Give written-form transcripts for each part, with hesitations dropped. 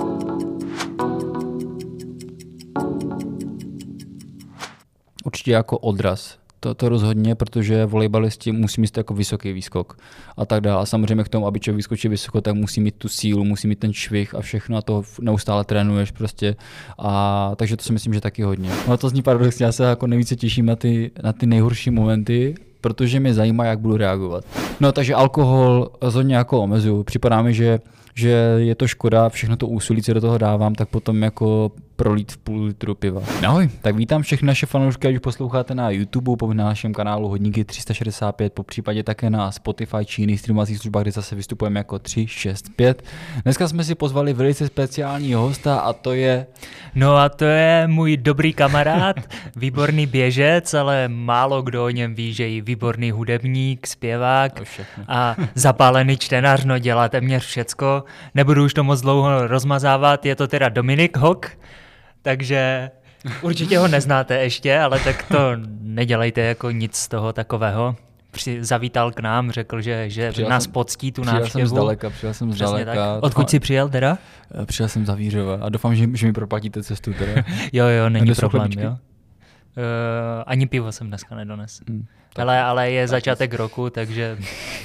Určitě jako odraz. To rozhodně, protože volejbalisti musí mít jako vysoký výskok a tak dále. A samozřejmě k tomu, aby člověk vyskočil vysoko, tak musí mít tu sílu, musí mít ten švih a všechno a to neustále trénuješ prostě. A takže to si myslím, že taky hodně. No to zní paradoxně, já se jako nejvíce těším na ty nejhorší momenty, protože mě zajímá, jak budu reagovat. No takže alkohol rozhodně jako omezuju. Připadá mi, že je to škoda, všechno to úsilí, co do toho dávám, tak potom jako prolít v půl litru piva. Ahoj, tak vítám všechny naše fanoušky, ať už posloucháte na YouTube, po našem kanálu Hodníky 365, po případě také na Spotify či jiných streamovacích službách, kde zase vystupujeme jako 365. Dneska jsme si pozvali velice speciálního hosta a to je... No a to je můj dobrý kamarád, výborný běžec, ale málo kdo o něm ví, že je výborný hudebník, zpěvák a zapálený čtenář, no dělá téměř všecko. Nebudu už to moc dlouho rozmazávat, je to teda Dominik Hok, takže určitě ho neznáte ještě, ale tak to nedělejte jako nic z toho takového. Zavítal k nám, řekl, že nás poctí tu návštěvu. Přijel jsem zdaleka. Odkud jsi přijel teda? Přijel jsem za Vířova a doufám, že mi proplatíte cestu teda. Jo, není problém, jo. Ani pivo jsem dneska nedonesl. Ale je začátek roku, takže...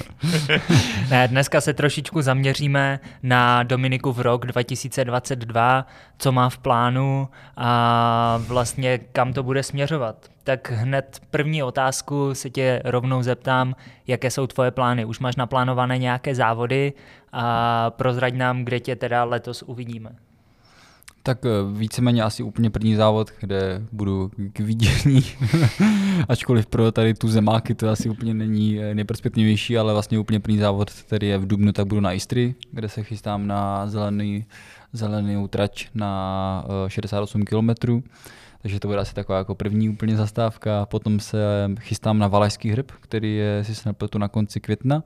Ne, dneska se trošičku zaměříme na Dominikův rok 2022, co má v plánu a vlastně kam to bude směřovat. Tak hned první otázku se tě rovnou zeptám, jaké jsou tvoje plány. Už máš naplánované nějaké závody a prozrať nám, kde tě teda letos uvidíme. Tak víceméně asi úplně první závod, kde budu k vidění, ačkoliv pro tady tu zemáky to asi úplně není nejperspektivnější, ale vlastně úplně první závod, který je v dubnu, tak budu na Istrii, kde se chystám na zelenou trať na 68 km. Takže to bude asi taková jako první úplně zastávka. Potom se chystám na Valašský hrb, který je, si se nepletu, na konci května.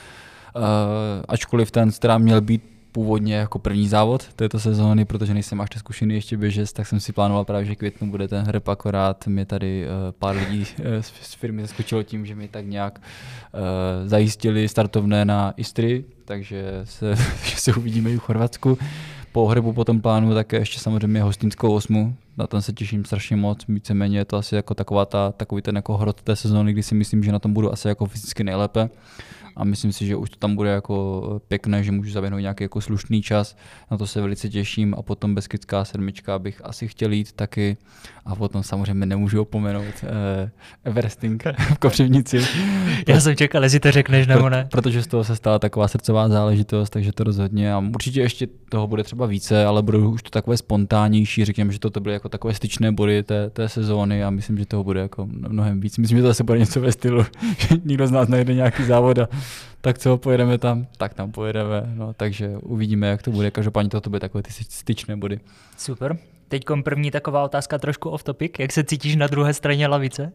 Ačkoliv ten teda měl být původně jako první závod této sezóny, protože nejsem až tak zkušený ještě běžec, tak jsem si plánoval právě, že květnu bude ten hrb, akorát mě tady pár lidí z firmy zaskočilo tím, že mi tak nějak zajistili startovné na Istrii, takže se uvidíme i v Chorvatsku. Po hrbu potom plánu také ještě samozřejmě Hostýnskou 8, na ten se těším strašně moc, víceméně je to asi jako takový ten jako hrot té sezóny, kdy si myslím, že na tom budu asi jako fyzicky nejlépe. A myslím si, že už to tam bude jako pěkné, že můžu zaběhnout nějaký jako slušný čas, na to se velice těším a potom Beskidská 7 bych asi chtěl jít taky a potom samozřejmě nemůžu opomenout Everesting v Kopřivnici. Já jsem čekal, jestli to řekneš nebo ne. Protože z toho se stala taková srdcová záležitost, takže to rozhodně a určitě ještě toho bude třeba více, ale budou už to takové spontánnější, řekněme, že to byly jako takové styčné body té sezóny a myslím, že toho bude jako mnohem víc. Myslím, že to zase bude něco ve stylu, že nikdo z nás najde nějaký závod a tak co, pojedeme tam, tak tam pojedeme, no, takže uvidíme, jak to bude, každopádně to bude takové ty styčné body. Super. Teďkom první taková otázka trošku off topic, jak se cítíš na druhé straně lavice?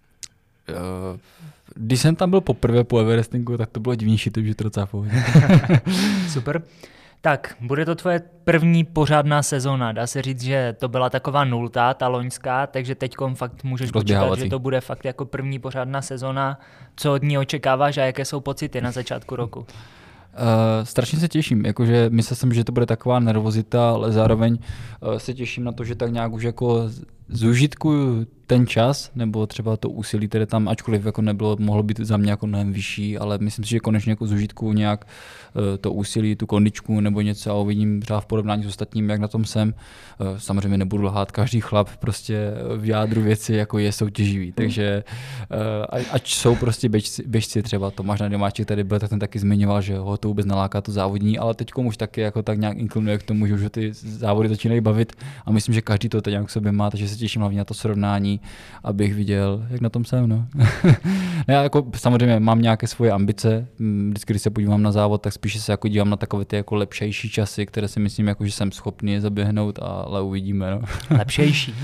Když jsem tam byl poprvé po Everestingu, tak to bylo divnější, to už je to docela pohodě. Super. Tak, bude to tvoje první pořádná sezóna. Dá se říct, že to byla taková nultá, ta loňská, takže teďkom fakt můžeš počítat, že to bude fakt jako první pořádná sezóna. Co od ní očekáváš a jaké jsou pocity na začátku roku? Strašně se těším, jakože myslel jsem, že to bude taková nervozita, ale zároveň se těším na to, že tak nějak už jako zužitkuju ten čas, nebo třeba to úsilí, které tam, ačkoliv jako nebylo, mohlo být za mě jako mnohem vyšší, ale myslím si, že konečně jako zužitkuju nějak to úsilí, tu kondičku nebo něco a uvidím třeba v porovnání s ostatním, jak na tom jsem. Samozřejmě nebudu lhát, každý chlap prostě v jádru věci jako je soutěživý, takže ať jsou prostě běžci třeba Tomáš Nademáček tady byl, tak ten taky zmiňoval, že ho to vůbec naláká to závodní, ale teď už taky jako tak nějak inklinuje k tomu, že už ty závody začínají bavit a myslím, že každý to teď nějak k sobě má, takže se těším hlavně na to srovnání, abych viděl, jak na tom jsem. No. Já jako samozřejmě mám nějaké svoje ambice, vždycky, když se podívám na závod, tak spíše se jako dívám na takové ty jako lepšejší časy, které si myslím, jako, že jsem schopný je zaběhnout, ale uvidíme. No. Lepšejší.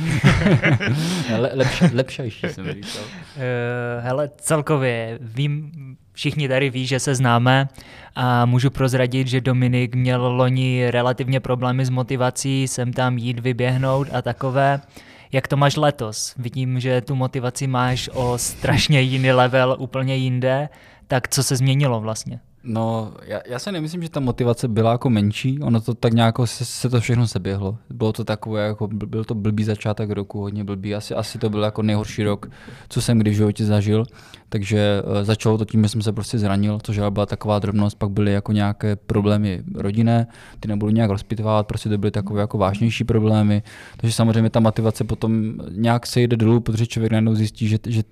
Lepšejší jsem říkal. Hele, celkově vím, všichni tady ví, že se známe a můžu prozradit, že Dominik měl loni relativně problémy s motivací, sem tam jít, vyběhnout a takové. Jak to máš letos? Vidím, že tu motivaci máš o strašně jiný level, úplně jinde. Tak co se změnilo vlastně? No, já si nemyslím, že ta motivace byla jako menší, ono to tak nějak se to všechno seběhlo. Bylo to takové, jako byl to blbý začátek roku, hodně blbý, asi to byl jako nejhorší rok, co jsem kdy v životě zažil, takže začalo to tím, že jsem se prostě zranil, což byla taková drobnost, pak byly jako nějaké problémy rodinné, ty nebudu nějak rozpitvávat, prostě to byly takové jako vážnější problémy, takže samozřejmě ta motivace potom nějak se jde dolů, protože člověk najednou zjistí,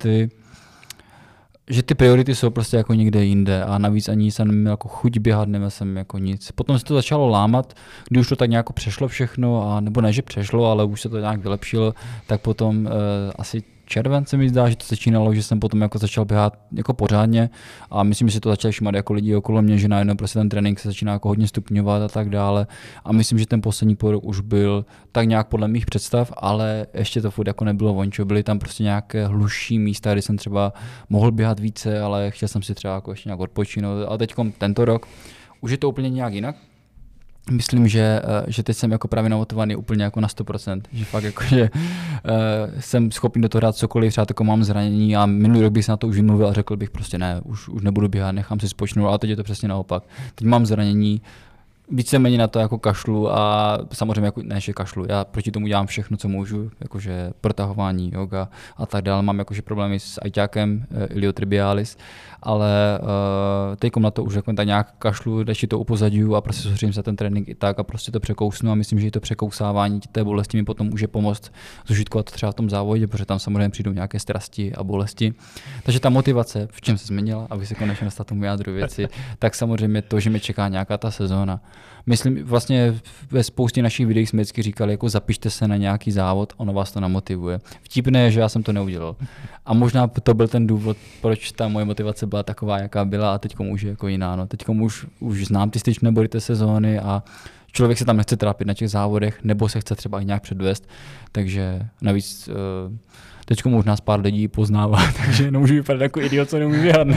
že ty priority jsou prostě jako někde jinde a navíc ani jsem neměl jako chuť běhat, neměl jsem jako nic. Potom se to začalo lámat, když už to tak nějak přešlo všechno, a nebo ne, že přešlo, ale už se to nějak vylepšilo, tak potom asi července mi zdá, že to začínalo, že jsem potom jako začal běhat jako pořádně a myslím, že si to začali všímat jako lidi okolo mě, že najednou prostě ten trénink se začíná jako hodně stupňovat a tak dále a myslím, že ten poslední půl rok už byl tak nějak podle mých představ, ale ještě to furt jako nebylo vončo, byly tam prostě nějaké hlušší místa, kdy jsem třeba mohl běhat více, ale chtěl jsem si třeba jako ještě nějak odpočinout a teďkom tento rok už je to úplně nějak jinak. Myslím, že teď jsem jako právě namotivovaný úplně jako na 100%, že fakt jako, že jsem schopný do toho dát cokoliv, třeba jako mám zranění a minulý rok bych se na to už vymluvil a řekl bych prostě ne, už nebudu běhat, nechám si spočnout, ale teď je to přesně naopak. Teď mám zranění, víceméně na to jako kašlu a samozřejmě jako, ne, že kašlu, já proti tomu dělám všechno, co můžu, jakože protahování, yoga a tak dále, mám jakože problémy s ajťákem, iliotibialis, ale teďkom na to už jako tak nějak kašlu, radši to upozadňuju a prostě soustředím se ten trénink i tak a prostě to překousnu a myslím, že i to překousávání té bolesti mi potom může pomoct zužitkovat třeba v tom závodě, protože tam samozřejmě přijdou nějaké strasti a bolesti. Takže ta motivace, v čem se změnila, aby se konečně dostal tomu jádru věci, tak samozřejmě to, že mě čeká nějaká ta sezóna. Myslím, vlastně ve spoustě našich videí jsme vždycky říkali, jako zapište se na nějaký závod, ono vás to namotivuje. Vtipné je, že já jsem to neudělal. A možná to byl ten důvod, proč ta moje motivace byla taková, jaká byla a teďkom už je jako jiná. No. Teďkom už znám ty styčné body té sezóny a člověk se tam nechce trápit na těch závodech, nebo se chce třeba i nějak předvést, takže navíc teďko už nás pár lidí poznává, takže nemůžu vypadat jako idiot, co neumí běhat.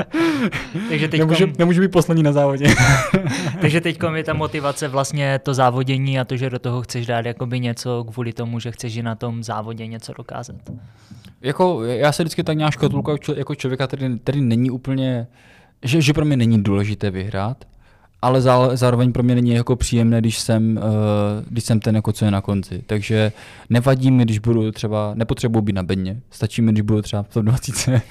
Takže nemůžu být poslední na závodě. Takže teďko je ta motivace vlastně to závodění a to, že do toho chceš dát jakoby něco kvůli tomu, že chceš i na tom závodě něco dokázat. Jako, já se vždycky tak nějak škatulkuju jako člověka, který není úplně, že pro mě není důležité vyhrát, ale zároveň pro mě není jako příjemné, když jsem ten, jako co je na konci. Takže nevadí mi, když budu třeba, nepotřebuji být na bedně, stačí mi, když budu třeba v top 20.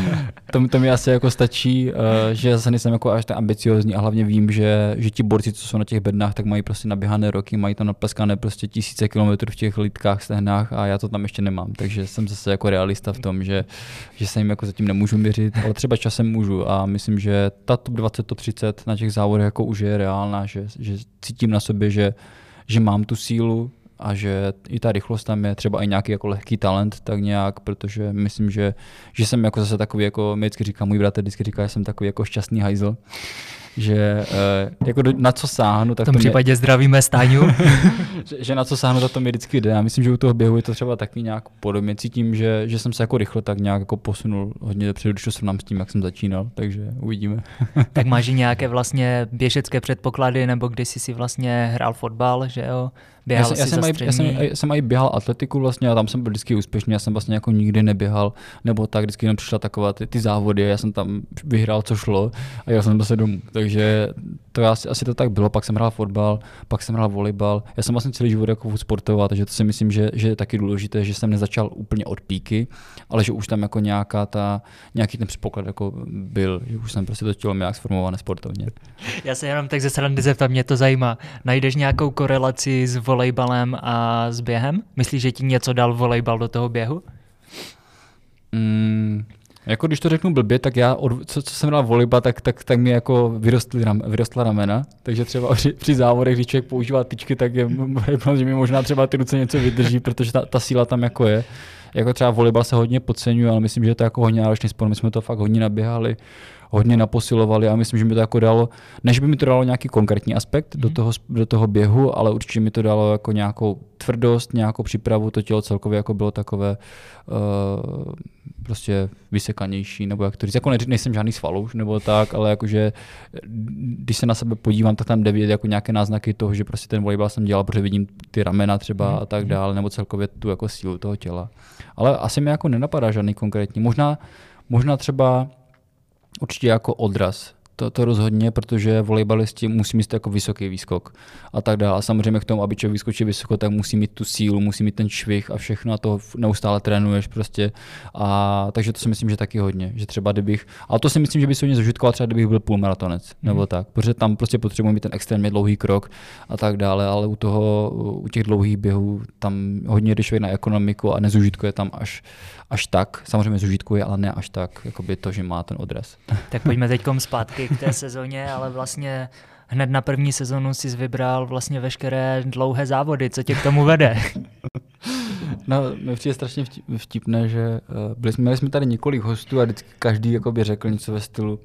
to mi asi jako stačí, že zase nejsem jako až tak ambiciozní a hlavně vím, že ti borci, co jsou na těch bednách, tak mají prostě naběhané roky, mají tam napleskané prostě tisíce kilometrů v těch litkách, stehnách a já to tam ještě nemám. Takže jsem zase jako realista v tom, že se jim jako zatím nemůžu měřit, ale třeba časem můžu a myslím, že ta top 20, top 30 na těch závodech jako už je reálná, že cítím na sobě, že mám tu sílu a že i ta rychlost tam je, třeba i nějaký jako lehký talent, tak nějak, protože myslím, že jsem jako zase takový, jako mi vždycky říká, můj bratr vždycky říká, že jsem takový jako šťastný hajzl, že jako na co sáhnu, tak v tom případě zdravíme Stáňu. že na co sáhnu, tak to mi vždycky jde. Já myslím, že u toho běhu je to třeba taky nějak podobně. Cítím, že jsem se jako rychle tak nějak jako posunul hodně dopředu, když to srovnám s tím, jak jsem začínal, takže uvidíme. Tak máš nějaké vlastně běžecké předpoklady, nebo když jsi si vlastně hrál fotbal, že jo? Já jsem i běhal atletiku vlastně a tam jsem byl vždycky úspěšný, já jsem vlastně jako nikdy neběhal, nebo tak vždycky jenom přišla taková ty závody, já jsem tam vyhrál, co šlo a jel jsem zase domů, takže to asi to tak bylo, pak jsem hrál fotbal, pak jsem hrál volejbal, já jsem vlastně celý život jako sportoval, takže to si myslím, že je taky důležité, že jsem nezačal úplně od píky, ale že už tam jako nějaký ten předpoklad jako byl, že už jsem prostě to tělo nějak sformované sportovně. Já se jenom tak ze srandy zeptám, mě to zajímá, najdeš nějakou korelaci s volejbalem a s během? Myslíš, že ti něco dal volejbal do toho běhu? Jako když to řeknu blbě, tak já, co jsem hrál volejbal, tak mi jako vyrostla ramena, takže třeba při závodech, když člověk používá tyčky, tak je že mi možná třeba ty ruce něco vydrží, protože ta síla tam jako je. Jako třeba volejbal se hodně podceňuje, ale myslím, že je to jako hodně náročný sport, my jsme to fakt hodně naběhali, hodně naposilovali a myslím, že mi to jako dalo, než by mi to dalo nějaký konkrétní aspekt do toho běhu, ale určitě mi to dalo jako nějakou tvrdost, nějakou přípravu, to tělo celkově jako bylo takové prostě vysekanější, nebo jak to říct, jako nejsem žádný svalouš nebo tak, ale jakože když se na sebe podívám, tak tam jde vidět jako nějaké náznaky toho, že prostě ten volejbal jsem dělal, protože vidím ty ramena třeba a tak dále, nebo celkově tu jako sílu toho těla. Ale asi mi jako nenapadá žádný konkrétní, možná třeba určitě jako odraz To rozhodně, protože volejbalisti musí mít jako vysoký výskok a tak dále. A samozřejmě k tomu, aby člověk vyskočil vysoko, tak musí mít tu sílu, musí mít ten švih a všechno a to neustále trénuješ prostě. A takže to si myslím, že taky hodně, že třeba a to si myslím, že by se hodně zužitkoval třeba kdybych byl půlmaratonec nebo tak, protože tam prostě potřebuji mít ten extrémně dlouhý krok a tak dále, ale u těch dlouhých běhů tam hodně jdeš na ekonomiku a nezužitkuje tam až tak. Samozřejmě zužitkuje, ale ne až tak, jakoby to, že má ten odraz. Tak pojďme teďkom zpátky k té sezóně, ale vlastně hned na první sezonu jsi vybral vlastně veškeré dlouhé závody. Co tě k tomu vede? No, mi přijde strašně vtipné, že měli jsme tady několik hostů a vždycky každý jakoby řekl něco ve stylu,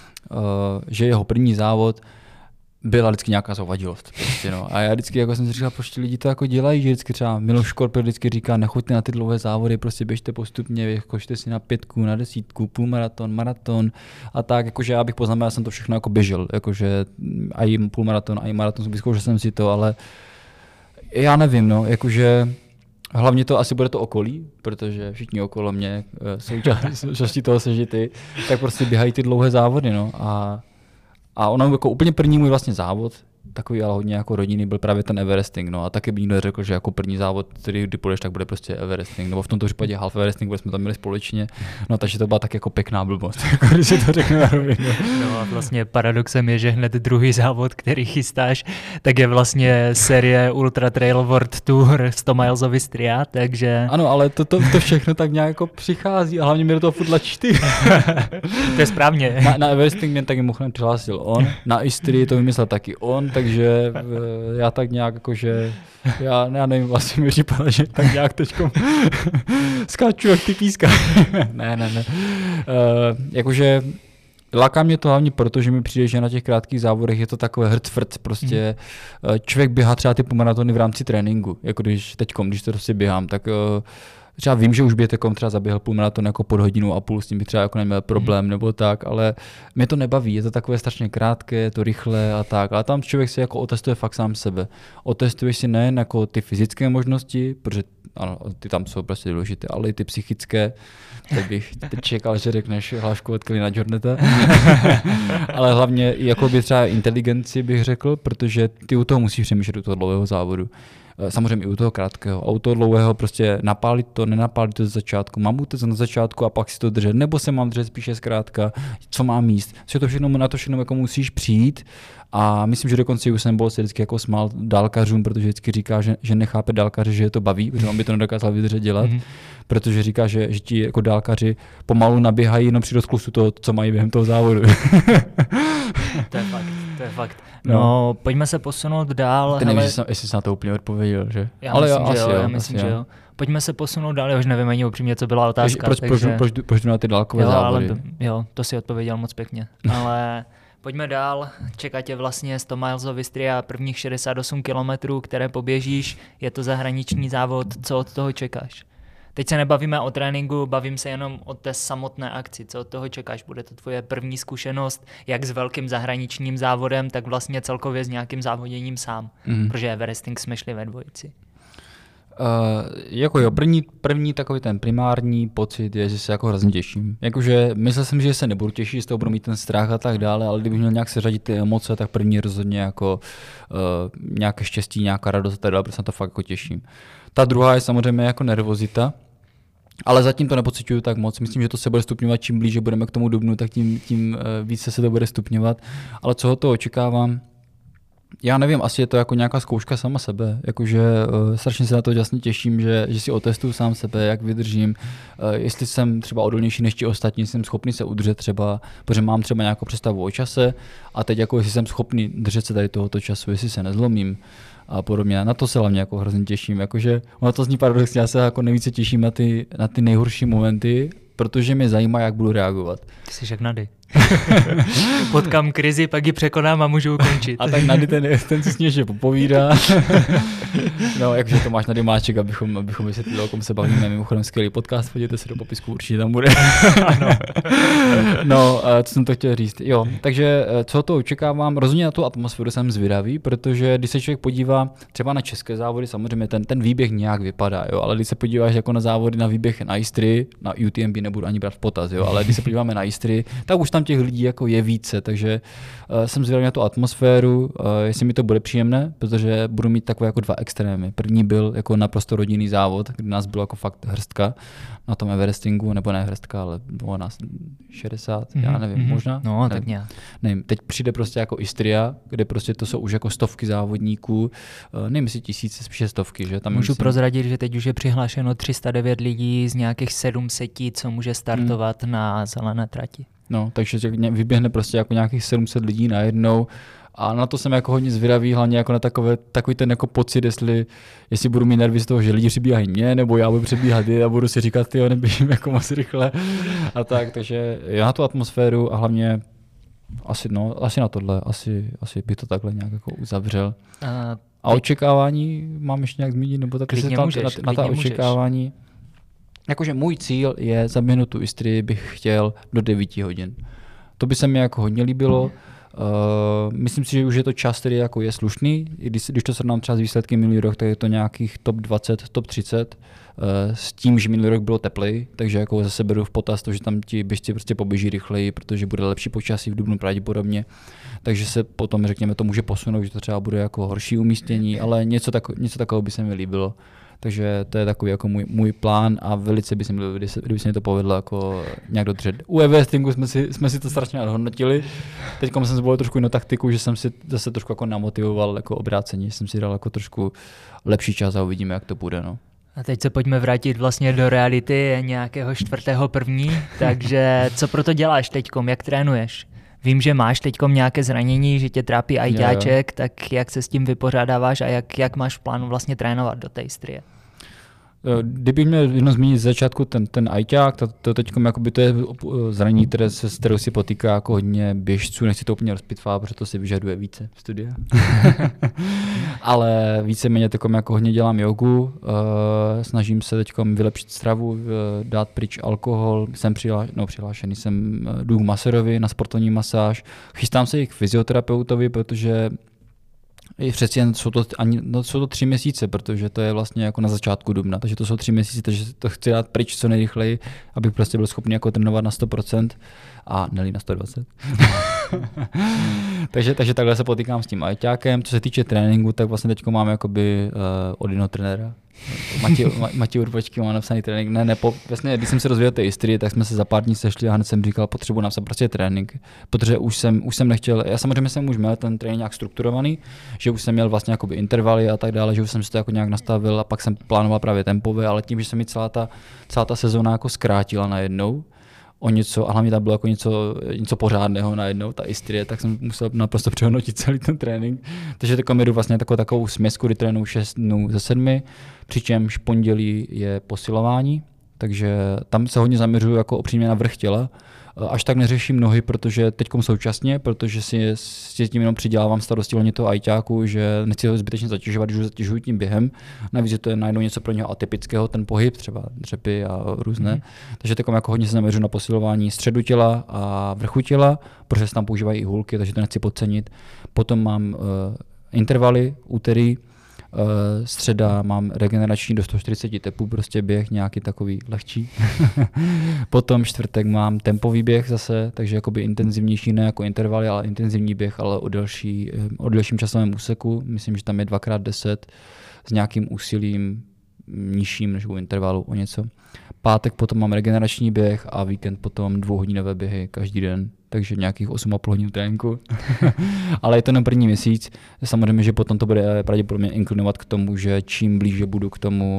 že jeho první závod byla vždycky nějaká zovadilost. Prostě, no. A já vždycky jako jsem si říkal, proč ti lidi to jako dělají, že vždycky třeba Miloš Korpel vždycky říká, nechoďte na ty dlouhé závody, prostě běžte postupně, vyskočte si na 5, na 10, půlmaraton, maraton a tak, jakože já bych poznamenal, já jsem to všechno jako běžel, jakože i půlmaraton, i maraton, vyzkoušel jsem si to, ale já nevím, no, jakože hlavně to asi bude to okolí, protože všichni okolo mě součástí toho sežity, tak prostě běhají ty dlouhé závody, no. A ono jako úplně první můj vlastně závod, takový ale hodně jako rodinný, byl právě ten Everesting, no a taky by nikdo řekl, že jako první závod, který kdy půjdeš, tak bude prostě Everesting, nebo v tomto případě Half Everesting, protože jsme tam měli společně, no takže to byla tak jako pěkná blbost, jako když si to řeknu na rovinu. No a vlastně paradoxem je, že hned druhý závod, který chystáš, tak je vlastně série Ultra Trail World Tour 100 miles of Istria, takže... Ano, ale to všechno tak nějak jako přichází a hlavně mi do toho furt lačty. To je správně. Na Everesting mě taky mimochodem přihlásil on, na Istrii to vymyslel taky on, takže já tak nějak jakože, já nevím, vlastně mi říkala, že tak nějak teďkom skáču jak ty píska. ne. Jakože láká mě to hlavně proto, že mi přijde, že na těch krátkých závodech je to takové hrtfrt, prostě člověk běhá třeba ty maratony v rámci tréninku, jako když to prostě běhám, tak třeba vím, že už by teďkom třeba zaběhl půlmaraton jako pod 1,5 hodiny, s tím bych třeba jako neměl problém nebo tak, ale mě to nebaví, je to takové strašně krátké, je to rychlé a tak, ale tam člověk si jako otestuje fakt sám sebe. Otestuješ si nejen jako ty fyzické možnosti, protože ano, ty tam jsou prostě důležité, ale i ty psychické, tak bych teď čekal, že řekneš hlášku od Kellyna Jorneta, ale hlavně i jako by třeba inteligenci bych řekl, protože ty u toho musíš přemýšlet u toho dlouhého závodu. Samozřejmě i u toho krátkého. A u toho dlouhého prostě napálit to, nenapálit to ze začátku, mám to na začátku a pak si to držet, nebo se mám držet spíše zkrátka, co mám jíst. Na to všechno jako musíš přijít a myslím, že dokonce Usain Bolt se vždycky jako smál dálkařům, protože vždycky říká, že nechápe dálkaře, že je to baví, protože on by to nedokázal vydržet dělat, protože říká, že ti jako dálkaři pomalu naběhají jenom při rozklusu toho, co mají během toho závodu. To je fakt. No, pojďme se posunout dál. Ty nevím, jestli jsi na to úplně odpověděl, že? Já myslím, že jo. Pojďme se posunout dál, já už nevím ani upřímně, co byla otázka. Proč jdu na ty dálkové závody? To si odpověděl moc pěkně. Ale pojďme dál, čeká tě vlastně 100 miles of Istria, prvních 68 kilometrů, které poběžíš, je to zahraniční závod, co od toho čekáš? Teď se nebavíme o tréninku, bavím se jenom o té samotné akci. Co od toho čekáš? Bude to tvoje první zkušenost, jak s velkým zahraničním závodem, tak vlastně celkově s nějakým závoděním sám. Protože Everesting jsme šli ve dvojici. První takový ten primární pocit je, že se jako hrozně těším. Jakože myslel jsem, že se nebudu těšit, z toho budu mít ten strach a tak dále, ale kdybych měl nějak seřadit ty emoce, tak první rozhodně jako nějaké štěstí, nějaká radost a tak dále, protože se na to fakt jako těším. Ta druhá je samozřejmě jako nervozita, ale zatím to nepociťuju tak moc. Myslím, že to se bude stupňovat, čím blíže budeme k tomu dubnu, tak tím více se to bude stupňovat. Ale co od toho očekávám? Já nevím, asi je to jako nějaká zkouška sama sebe, jakože strašně se na to jasně těším, že si otestuju sám sebe, jak vydržím, jestli jsem třeba odolnější než ti ostatní, jsem schopný se udržet třeba, protože mám třeba nějakou představu o čase a teď jako jestli jsem schopný držet se tady tohoto času, jestli se nezlomím a podobně. Na to se hlavně jako hrozně těším, jakože ono to zní paradoxně, já se jako nejvíce těším na ty nejhorší momenty, protože mě zajímá, jak budu reagovat. Ty jsi jak Nady. Potkám krizi, pak ji překonám a můžu ukončit. A tak Nady ten si směšně popovídá. No, jakože to máš Nady Máček, abychom vysvětlili, o kom se bavíme. Mimochodem skvělý podcast, podívejte se do popisku, určitě tam bude. No, co jsem to chtěl říct. Jo, takže co to očekávám? Rozhodně na tu atmosféru jsem zvědavý, protože když se člověk podívá třeba na české závody, samozřejmě ten výběh nějak vypadá, jo, ale když se podíváš jako na závody na výběh na Istrii, na UTMB nebudu ani brát v potaz, jo, ale když se podíváme na Istrii, tak už tam těch lidí jako je více, takže jsem zvědavý na tu atmosféru, jestli mi to bude příjemné, protože budu mít takové jako 2 extrémy. První byl jako naprosto rodinný závod, kdy nás bylo jako fakt hrstka na tom Everestingu, nebo ne hrstka, ale bylo nás 60, já nevím, možná. No, nevím. tak nějak. Nevím, teď přijde prostě jako Istria, kde prostě to jsou už jako stovky závodníků, nevím, jestli tisíce, spíše stovky, že? Tam můžu prozradit, že teď už je přihlášeno 309 lidí z nějakých 700, co může startovat na zelené trati. No, takže vyběhne prostě jako nějakých 700 lidí najednou a na to jsem jako hodně zvědavý, hlavně jako na takový ten jako pocit, jestli budu mít nervy z toho, že lidi přibíhají mě, nebo já budu přebíhat a budu si říkat, tyjo, neběžím jako moc rychle a tak, takže já na tu atmosféru a hlavně asi na tohle, asi bych to takhle nějak jako uzavřel. A očekávání mám ještě nějak zmínit, nebo tak se na ta očekávání. Jakože můj cíl je zaběhnout tu Istrii, bych chtěl do 9 hodin. To by se mi jako hodně líbilo. Myslím si, že už je to čas, který jako je slušný. Když to srovnám třeba s výsledky minulý rok, tak je to nějakých top 20, top 30. S tím, že minulý rok bylo teplej, takže jako zase beru v potaz to, že tam ti běžci prostě poběží rychleji, protože bude lepší počasí v dubnu pravděpodobně. Takže se potom, řekněme, to může posunout, že to třeba bude jako horší umístění, ale něco takového by se mi líbilo. Takže to je takový jako můj plán a velice by se mi líbilo, kdyby se mi to povedlo jako nějak dodržet. U Everestingu jsme si to strašně nadhodnotili. Teď jsem zvolil trošku jinou taktiku, že jsem si zase trošku jako namotivoval jako obrácení, jsem si dal jako trošku lepší čas a uvidíme, jak to bude. No. A teď se pojďme vrátit vlastně do reality nějakého 4.1. Takže co proto děláš teďkom, jak trénuješ? Vím, že máš teďkom nějaké zranění, že tě trápí ajťáček, tak jak se s tím vypořádáváš a jak máš v plánu vlastně trénovat do té Istrie? Kdybych měl jenom zmínit z začátku ten ajťák, to teďkom jakoby to je zranění, s kterou si potýká jako hodně běžců, nechci to úplně rozpitvát, protože to si vyžaduje více studia. Ale víceméně teďkom jako hodně dělám jogu, snažím se teďkom vylepšit stravu, dát pryč alkohol, jsem přihlášený jdu k masérovi na sportovní masáž, chystám se i k fyzioterapeutovi, protože přeci jen jsou to 3 měsíce, protože to je vlastně jako na začátku dubna, takže to jsou 3 měsíce, takže to chci dát pryč co nejrychleji, abych prostě byl schopný jako trénovat na 100% a ne na 120. takže takhle se potýkám s tím ajťákem. Co se týče tréninku, tak vlastně teď mám jakoby od jednoho trenéra. Matěj Urbačky má napsaný trénink. Vlastně, když jsem se rozvíjel té Istrii, tak jsme se za pár dní sešli a hned jsem říkal, potřebuji napsat prostě trénink, protože už jsem nechtěl, já samozřejmě jsem už měl ten trénink nějak strukturovaný, že už jsem měl vlastně jakoby intervaly a tak dále, že už jsem si to jako nějak nastavil a pak jsem plánoval právě tempové, ale tím, že se mi celá ta sezóna jako zkrátila najednou, o něco, a hlavně tam bylo jako něco pořádného najednou, ta Istrie, tak jsem musel naprosto přehodnotit celý ten trénink. Takže teď jedu vlastně takovou směsku, kdy trénuju 6 dnů ze 7, přičemž pondělí je posilování, takže tam se hodně zaměřuju jako opřímně na vrch těla. Až tak neřeším nohy, protože teďkom současně, protože si tím jenom přidělávám starosti hlavně toho ajťáku, že nechci ho zbytečně zatěžovat, když ho zatěžuji tím během. Navíc je to najednou něco pro něho atypického, ten pohyb, třeba dřepy a různé. Takže teďkom jako hodně se zaměřuji na posilování středu těla a vrchu těla, protože se tam používají i hůlky, takže to nechci podcenit. Potom mám intervaly, úterý, středa mám regenerační do 140 tepů, prostě běh nějaký takový lehčí. Potom čtvrtek mám tempový běh zase, takže jakoby intenzivnější, ne jako intervaly, ale intenzivní běh, ale o delším časovém úseku. Myslím, že tam je 2x10 s nějakým úsilím nižším než u intervalu o něco. Pátek potom mám regenerační běh a víkend potom 2hodinové běhy každý den, takže nějakých 8,5 hodin tréninku. Ale je to na první měsíc. Samozřejmě, že potom to bude pravděpodobně inklinovat k tomu, že čím blíže budu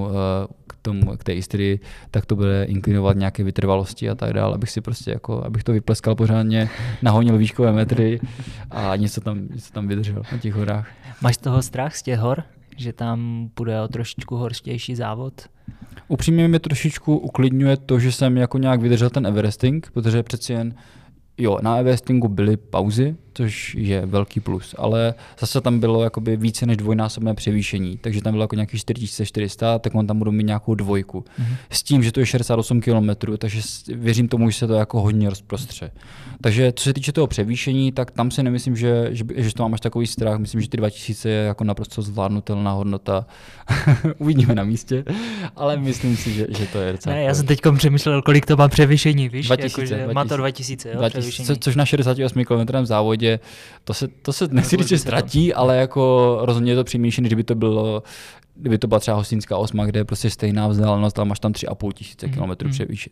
k té Istrii, tak to bude inklinovat nějaké vytrvalosti a tak dále, abych to vypleskal pořádně, nahonil výškové metry a něco tam vydržel na těch horách. Máš z toho strach z těch hor? Že tam bude o trošičku horstější závod? Upřímně mě trošičku uklidňuje to, že jsem jako nějak vydržel ten Everesting, protože přeci jen na Everestingu byly pauzy, což je velký plus, ale zase tam bylo jakoby více než dvojnásobné převýšení, takže tam bylo jako nějakých 4400, tak on tam budu mít nějakou dvojku. S tím, že to je 68 km, takže věřím tomu, že se to jako hodně rozprostře. Takže co se týče toho převýšení, tak tam si nemyslím, že to mám až takový strach, myslím, že ty 2000 je jako naprosto zvládnutelná hodnota. Uvidíme na místě, ale myslím si, že to je docela. Ne, já jsem teď přemýšlel, kolik to má převýšení, víš? 2000. Má to 2000, jo, 2000, což na 68 km závodě, to se nechci říct, že ztratí, ale jako rozhodně je to přímější, než kdyby to byla třeba Hostýnská 8, kde je prostě stejná vzdálenost, ale máš tam 3500 km převýšení.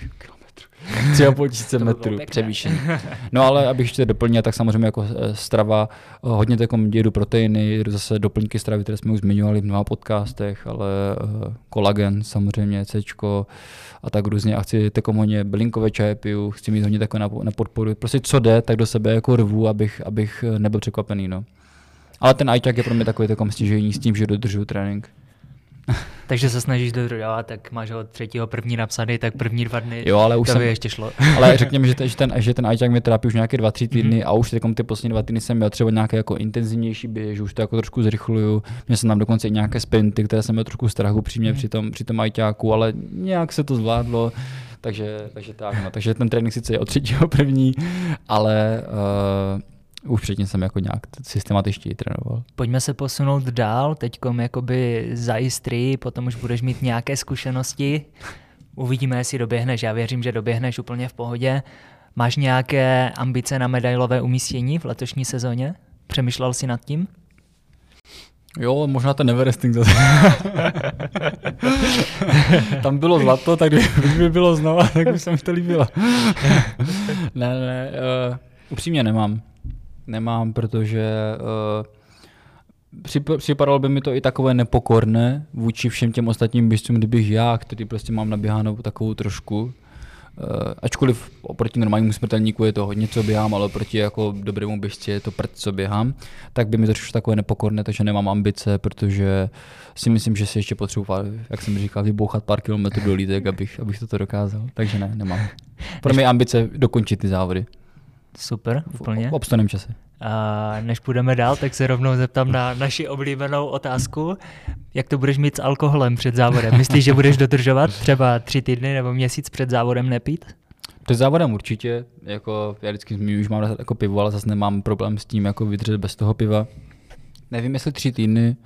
3500 metrů převýšení. No ale abych ještě doplnil, tak samozřejmě jako strava, hodně jedu proteiny, jedu zase doplňky stravy, které jsme už zmiňovali v mnoha podcastech, ale kolagen samozřejmě, Cčko a tak různě. A chci hodně bylinkové čaje piju, chci mít hodně takové na podporu. Prostě co jde, tak do sebe jako rvu, abych nebyl překvapený. No. Ale ten ajťák je pro mě takový stěžejní s tím, že dodržuju trénink. Takže se snažíš dodržovat, tak máš ho 3.1. napsaný, tak první 2 dny, jo, ale už to by ještě šlo. Ale řekněme, že ten ajťák mě trápí už nějaké 2-3 týdny a už ty poslední 2 týdny jsem měl třeba nějaké jako intenzivnější běh, že už to jako trošku zrychluju. Měl jsem tam dokonce i nějaké sprinty, které jsem měl trošku strachu přímě při tom ajťáku, ale nějak se to zvládlo. Takže tak, no. Takže ten trénink sice je od 3.1., ale už předtím jsem jako nějak systematičtěji trénoval. Pojďme se posunout dál, teďkom jakoby za Istrii, potom už budeš mít nějaké zkušenosti. Uvidíme, jestli doběhneš, já věřím, že doběhneš úplně v pohodě. Máš nějaké ambice na medailové umístění v letošní sezóně? Přemýšlel jsi nad tím? Jo, možná ten Everesting zase. Tam bylo zlato, tak kdyby bylo znova, tak by se mi to líbilo. ne, upřímně nemám, protože připadalo by mi to i takové nepokorné vůči všem těm ostatním běžcům, kdybych já, který prostě mám naběhanou takovou trošku, ačkoliv oproti normálnímu smrtelníku je to hodně, co běhám, ale oproti jako dobrému běžci je to prd, co běhám, tak by mi to přišlo takové nepokorné, takže nemám ambice, protože si myslím, že si ještě potřebuji, jak jsem říkal, vybouchat pár kilometrů do lítek, abych toto dokázal, takže nemám. Pro mě ambice dokončit ty závody. Super, úplně. V obstaném čase. A než půjdeme dál, tak se rovnou zeptám na naši oblíbenou otázku. Jak to budeš mít s alkoholem před závodem? Myslíš, že budeš dodržovat třeba 3 týdny nebo měsíc před závodem nepít? Před závodem určitě. Jako, já vždycky zmiňuji, že mám rád jako pivo, ale zase nemám problém s tím jako vydržet bez toho piva. Nevím, jestli 3 týdny,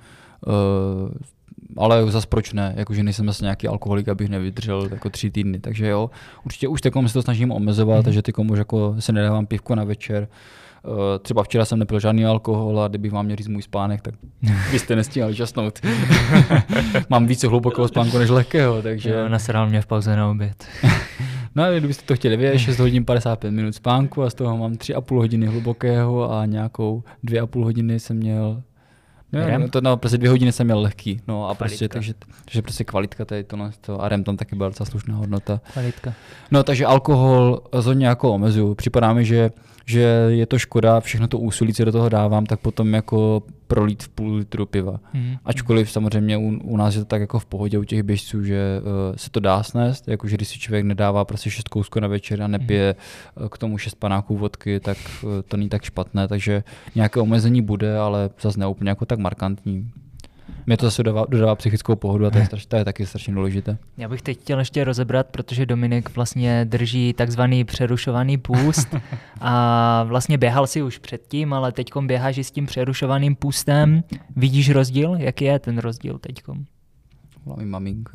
ale zase proč ne, jakože nejsem zase nějaký alkoholik, abych nevydržel jako 3 týdny, takže jo, určitě už takom se to snažím omezovat, takže takom už jako se nedávám pivko na večer. Třeba včera jsem nepil žádný alkohol a kdybych vám měl říct můj spánek, tak byste nestíhali časnout. Mám více hlubokého spánku než lehkého, takže... Jo, nasedal mě v pauze na oběd. No, kdybyste to chtěli vědět, 6 hodin 55 minut spánku a z toho mám 3,5 hodiny hlubokého a nějakou 2,5 hodiny jsem měl... No, prostě 2 hodiny jsem měl lehký, no a prostě, takže prostě kvalitka tady to a REM tam taky byla docela slušná hodnota. Kvalitka. No, takže alkohol rozhodně jako omezuju. Připadá mi, že je to škoda, všechno to úsilí, co do toho dávám, tak potom jako prolít v půl litru piva. Ačkoliv samozřejmě u nás je to tak jako v pohodě u těch běžců, že se to dá snést, jakože když si člověk nedává prostě 6 kousků na večer a nepije k tomu 6 panáků vodky, tak to není tak špatné, takže nějaké omezení bude, ale zase ne úplně jako tak markantní. Mě to zase dodává psychickou pohodu a to je taky strašně důležité. Já bych teď chtěl ještě rozebrat, protože Dominik vlastně drží takzvaný přerušovaný půst a vlastně běhal si už předtím, ale teďkom běháš i s tím přerušovaným půstem. Vidíš rozdíl? Jaký je ten rozdíl teďkom? Volá mi maminka.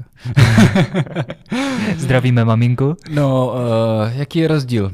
Zdravíme maminku. No, jaký je rozdíl?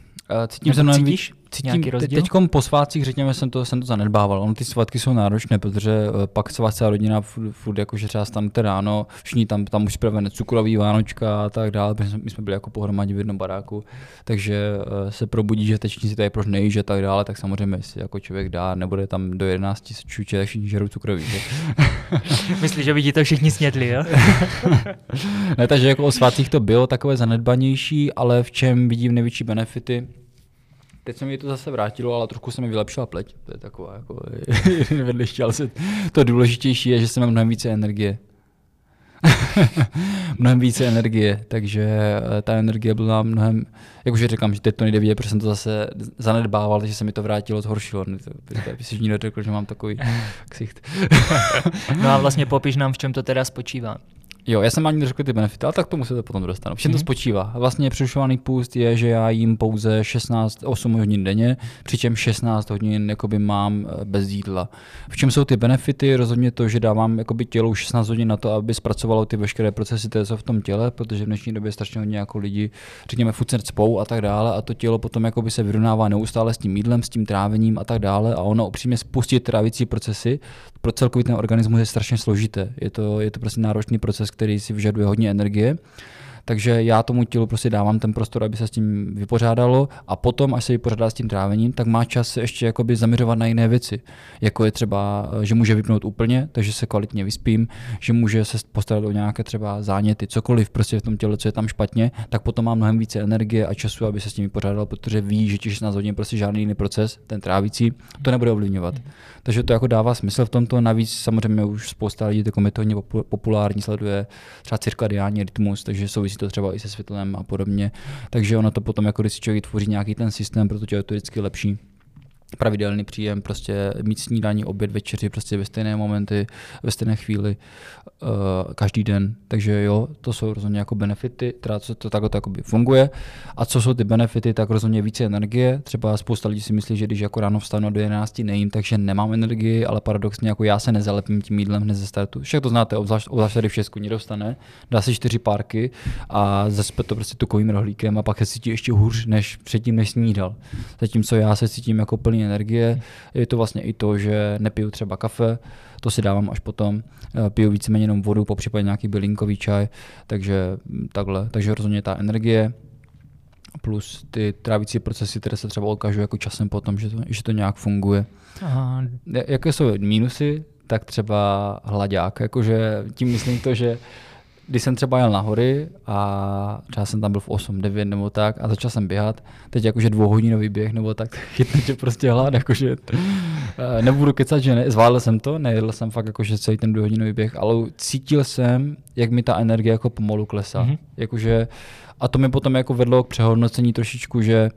Cítím teďkom po svátcích, řekněme, jsem to zanedbával. Ono ty svátky jsou náročné, protože pak celá rodina furt jakože třeba stanete ráno, všichni tam už připravené cukroví vánočka a tak dále, protože my jsme byli jako pohromadě v jednom baráku, takže se probudí, že teď si tady proč nejíš a tak dále, tak samozřejmě si jako člověk dá, nebude tam do 11 čuče, tak všichni žerou cukroví. Myslíš, že by ti to všichni snědli, jo? Ne, takže jako o svátcích to bylo takové zanedbanější, ale v čem vidím největší benefity? Teď se mi to zase vrátilo, ale trošku se mi vylepšila pleť. To je taková jako vedlejší, ale to důležitější je, že jsem mám mnohem více energie. mnohem více energie, takže ta energie byla mnohem, jakože říkám, že teď to nejde vidět, protože jsem to zase zanedbával, takže se mi to vrátilo, zhoršilo. By si nikdo řekl, že mám takový ksicht. No a vlastně popiš nám, v čem to teda spočívá. Jo, já jsem ani neřekl ty benefity, ale tak tomu se to potom dostanu. V čem to spočívá? Vlastně přerušovaný půst je, že já jím pouze 8 hodin denně, přičem 16 hodin jakoby mám bez jídla. V čem jsou ty benefity? Rozhodně to, že dávám jakoby tělu 16 hodin na to, aby zpracovalo ty veškeré procesy, které jsou v tom těle, protože v dnešní době strašně hodně jako lidi, řekněme, furt se cpou a tak dále, a to tělo potom jakoby se vyrovnává neustále s tím jídlem, s tím trávením a tak dále, a ono upřímně spustit trávicí procesy pro celkový ten organismus je strašně složité. Je to prostě náročný proces, který si vyžaduje hodně energie. Takže já tomu tělu prostě dávám ten prostor, aby se s tím vypořádalo, a potom, až se vypořádá s tím trávením, tak má čas se ještě jakoby zaměřovat na jiné věci. Jako je třeba, že může vypnout úplně, takže se kvalitně vyspím, že může se postarat o nějaké třeba záněty, cokoliv prostě v tom těle, co je tam špatně, tak potom má mnohem více energie a času, aby se s tím vypořádal, protože ví, že těch 16 hodin prostě žádný jiný proces, ten trávící, to nebude ovlivňovat. Takže to jako dává smysl v tomto. Navíc samozřejmě už spousta lidí jako to hodně populární, sleduje třeba cirkadiální rytmus, takže souvisí to třeba i se světlem a podobně. Takže ono to potom, jako když si člověk tvoří nějaký ten systém, protože je to vždycky lepší. Pravidelný příjem, prostě mít snídaní, oběd, večeři prostě ve stejné momenty, ve stejné chvíli, každý den. Takže jo, to jsou rozhodně jako benefity, teda to takhle to funguje. A co jsou ty benefity, tak rozhodně více energie. Třeba spousta lidí si myslí, že když jako ráno vstanu do 11 nejím, takže nemám energii, ale paradoxně jako já se nezalepím tím jídlem hned ze startu. Však to znáte, obzvlášť tady v Česku, někdo vstane, dá si 4 párky a zaspe to prostě tukovým rohlíkem a pak se cítí ještě hůř než předtím, než snídal. Zatímco já se cítím jako plný energie. Je to vlastně i to, že nepiju třeba kafe, to si dávám až potom, piju víceméně jenom vodu, popřípadě nějaký bylinkový čaj, takže takhle. Takže rozhodně ta energie plus ty trávící procesy, které se třeba odkážou jako časem potom, že to nějak funguje. Aha. Jaké jsou mínusy, tak třeba hlaďák, jakože tím myslím to, že když jsem třeba jel na hory a třeba jsem tam byl v 8, 9 nebo tak a začal jsem běhat, teď jakože 2hodinový běh nebo tak, chytne tě prostě hlad, jakože nebudu kecat, že ne, zvládl jsem to, nejedl jsem fakt jakože celý ten 2hodinový běh, ale cítil jsem, jak mi ta energie jako pomalu klesá. Jakože, a to mi potom jako vedlo k přehodnocení trošičku, že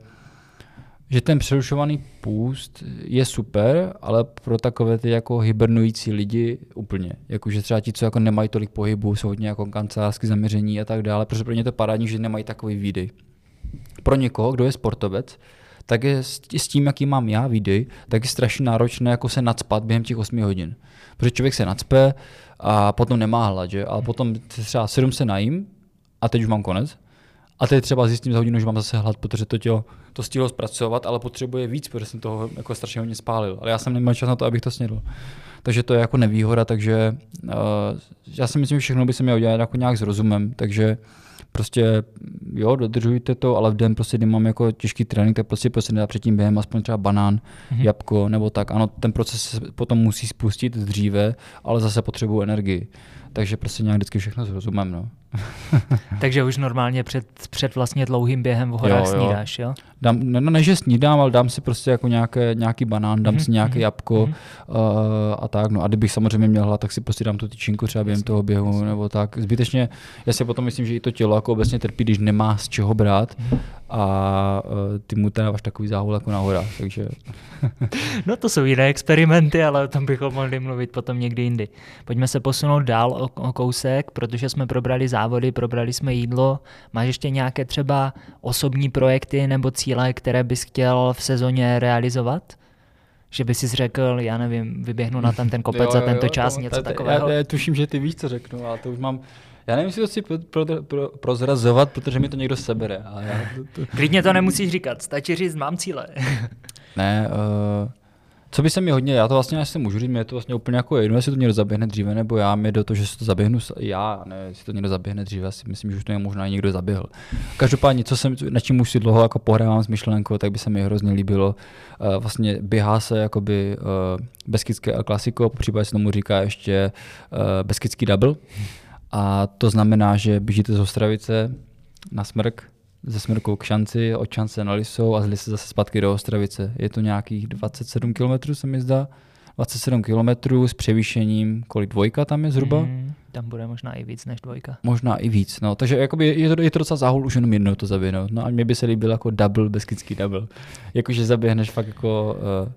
ten přerušovaný půst je super, ale pro takové ty jako hibernující lidi úplně. Jakože třeba ti, co jako nemají tolik pohybu, jsou hodně jako kancelářské zaměření a tak dále, protože pro ně to parádní, že nemají takový výdej. Pro někoho, kdo je sportovec, tak je s tím, jaký mám já výdej, tak je strašně náročné jako se nacpat během těch 8 hodin. Protože člověk se nacpe a potom nemá hlad, že? Ale potom třeba 7 se najím a teď už mám konec. A teď třeba zjistím za hodinu, že mám zase hlad, protože to tělo to stihlo zpracovat, ale potřebuje víc, protože jsem toho jako strašně hodně spálil. Ale já jsem neměl čas na to, abych to snědl. Takže to je jako nevýhoda, takže já si myslím, že všechno by se mělo dělat jako nějak s rozumem, takže prostě jo, dodržujte to, ale v den prostě, kdy mám jako těžký trénink, tak prostě nedá předtím během aspoň třeba banán, jabko nebo tak. Ano, ten proces se potom musí spustit dříve, ale zase potřebuju energii. Takže prostě nějak vždycky všechno s rozumem, no. Takže už normálně před vlastně dlouhým během v horách snídáš, jo? Ne, že snídám, ale dám si prostě jako nějaký banán, dám si nějaké jabko a tak. No a kdybych samozřejmě měl hlad, tak si prostě dám tu tyčinku třeba během toho běhu nebo tak. Zbytečně, já si potom myslím, že i to tělo jako obecně trpí, když nemá z čeho brát a ty mu teda dáváš takový záhul jako na horách, takže... No to jsou jiné experimenty, ale o tom bychom mohli mluvit potom někdy jindy. Pojďme se posunout dál o kousek, protože jsme probrali závody, probrali jsme jídlo. Máš ještě nějaké třeba osobní projekty nebo cíle, které bys chtěl v sezóně realizovat? Že by si řekl, já nevím, vyběhnu na ten kopec za tento čas, něco takového? Já tuším, že ty víš, co řeknu, ale to už mám... Já nevím, jestli to chci prozrazovat, protože mi to někdo sebere. A já Klidně to nemusíš říkat, stačí říct, mám cíle. Ne, co by se mi hodně, já to vlastně asi můžu říct, mě je to vlastně úplně jako jedno, jestli to někdo zaběhne dříve, nebo já, mě do toho, že si to zaběhnu já, ne, jestli to někdo zaběhne dříve, asi myslím, že už to je možná někdo zaběhl. Každopádně, na čím už si dlouho jako pohrávám s myšlenkou, tak by se mi hrozně líbilo. Vlastně běhá se jakoby beskydské El Clasico, popřípadě se tomu říká ještě beskydský double. A to znamená, že běžíte z Ostravice na Smrk, ze Smrku k Šanci, od Šance na Lisou a z Lisy zase zpátky do Ostravice. Je to nějakých 27 km, se mi zdá. 27 km s převýšením, kolik dvojka tam je zhruba? Tam bude možná i víc než 2. Možná i víc, no. Takže jakoby je to docela záhul už jenom jednou to zaběhnout. No a mně by se líbil jako double, beskický double. Jakože zaběhneš fakt jako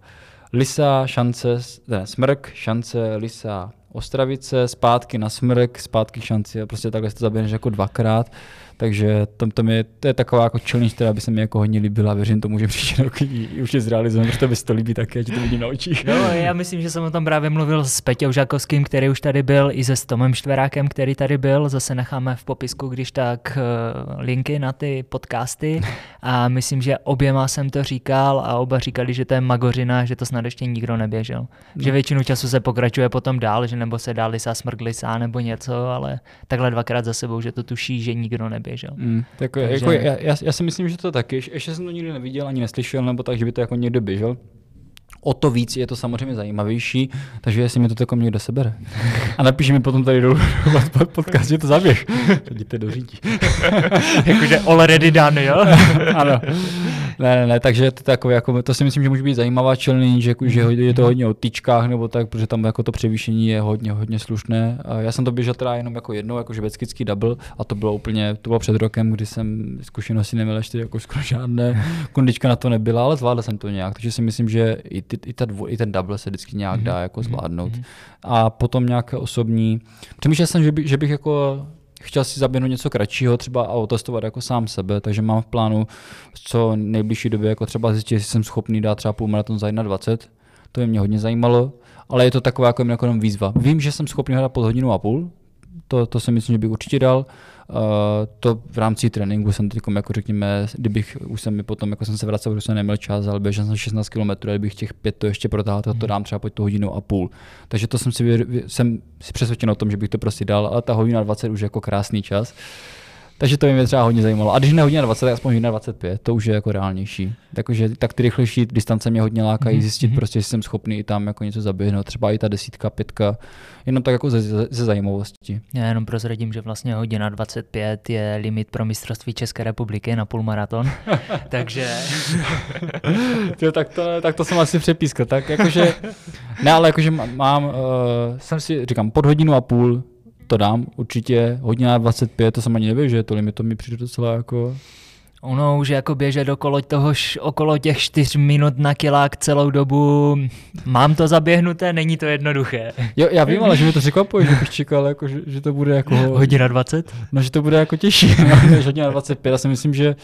Lisa, Šance, Smrk, Šance, Lisa, Ostravice, zpátky na Smrk, zpátky Šanci a prostě takhle to zaběhneš jako 2krát. Takže to je taková jako challenge, která by se mi jako hodně líbila a věřím tomu, že příští rok už je zrealizujeme, protože by se to líbí také, že to vidím na očích. No, já myslím, že jsem o tom právě mluvil s Peťou Žakovským, který už tady byl, i se Tomem Štverákem, který tady byl. Zase necháme v popisku, když tak, linky na ty podcasty a myslím, že oběma jsem to říkal a oba říkali, že to je magořina, že to snad ještě nikdo neběžel. No. Že většinu času se pokračuje potom dál, že nebo se dá Lisa, Smrk, Lisa nebo něco, ale takhle 2krát za sebou, že to tuší, že nikdo neběžel. Takže... jako já si myslím, že to taky. Ještě jsem to nikdy neviděl ani neslyšel, nebo tak, že by to jako někdo běžel. O to víc je to samozřejmě zajímavější, takže jestli mi to jako někdo sebere. A napíši mi potom tady dolů podcast, že to zaběž. Jděte do řídí. Jakože already done, jo? Ano. Ne, takže to takové, jako, to si myslím, že může být zajímavá challenge, že je to hodně o tyčkách nebo tak, protože tam jako to převýšení je hodně slušné. A já jsem to běžel teda jenom jako jednou, jakože beskický double a to bylo před rokem, kdy jsem zkušenosti neměl ještě jako skoro žádné, kondička na to nebyla, ale zvládl jsem to nějak, takže si myslím, že i ten double se vždycky nějak dá jako zvládnout. A potom nějaké osobní, přemýšlel jsem, že bych jako chtěl si zaběhnout něco kratšího třeba a otestovat jako sám sebe, takže mám v plánu co nejbližší době jako třeba zjistit, jestli jsem schopný dát třeba půlmaraton za 1:20. To by mě hodně zajímalo, ale je to taková jako jenom výzva. Vím, že jsem schopný hrát pod 1:30, to si myslím, že bych určitě dal. To v rámci tréninku jsem teď jako řekněme, kdybych už jsem mi potom, jako jsem se vracel, protože jsem neměl čas, ale běžel jsem 16 km, kdybych těch 5 to ještě protáhl, to dám třeba pod tu 1:30. Takže to jsem si přesvědčen o tom, že bych to prostě dal, ale ta 1:20 už je jako krásný čas. Takže to by mě třeba hodně zajímalo. A když ne 1:20, tak aspoň 1:25, to už je jako reálnější. Takže tak ty rychlejší distance mě hodně lákají zjistit prostě, že jsem schopný i tam jako něco zaběhnout, třeba i ta 10, 5, jenom tak jako ze zajímavosti. Já jenom prozradím, že vlastně 1:25 je limit pro mistrovství České republiky na půlmaraton, takže... tak to jsem asi přepískal, tak jakože, ne, ale jakože jsem si říkám, pod 1:30 to dám určitě, 1:25, to jsem ani nevěděl, že to limit, to mi přijde docela jako... Ono už jako běžet okolo těch 4 minut na kilák celou dobu, mám to zaběhnuté, není to jednoduché. Jo, já vím, ale že mi to překvapuje, že bych čekal, jako, že to bude jako... 1:20? No, že to bude jako těžší, než 1:25, já si myslím, že...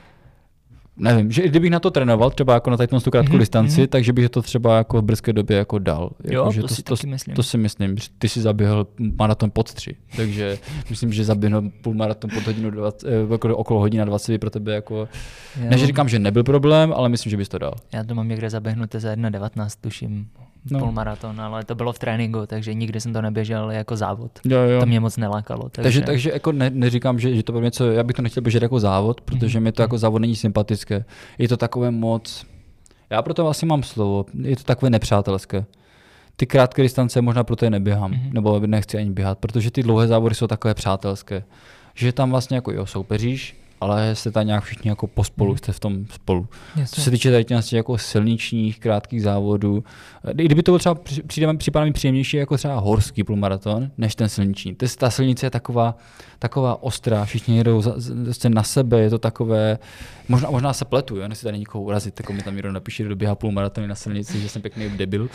Nevím, že kdybych na to trénoval, třeba jako na tu krátkou distanci, takže bych to třeba jako v brzké době jako dal. Jo, že to si myslím, že ty si zaběhl maraton pod 3, takže myslím, že zaběhnout půlmaraton pod 1:20, okolo 1:20 pro tebe jako, než říkám, že nebyl problém, ale myslím, že bys to dal. Já to mám někde zaběhnuté za 1:19, tuším. Půlmaraton, ale to bylo v tréninku, takže nikdy jsem to neběžel jako závod. Jo. To mě moc nelákalo. Takže jako neříkám, že to bylo něco, já bych to nechtěl běžet jako závod, protože mi to jako závod není sympatické. Je to takové moc, já proto asi mám slovo, je to takové nepřátelské. Ty krátké distance možná proto je neběhám, nebo nechci ani běhat, protože ty dlouhé závody jsou takové přátelské. Že tam vlastně jako soupeříš, ale jste tam nějak všichni jako pospolu, jste v tom spolu. Jasně. Co se týče tady těch jako silničních, krátkých závodů, kdyby to bylo třeba, připadá mi příjemnější jako třeba horský půlmaraton, než ten silniční. Ta silnice je taková ostrá, všichni jedou na sebe, je to takové, možná se pletu, jo? Nechci tady nikoho urazit, tak mi tam někdo napíše, kdo běhá půlmaratony na silnici, že jsem pěkný debil.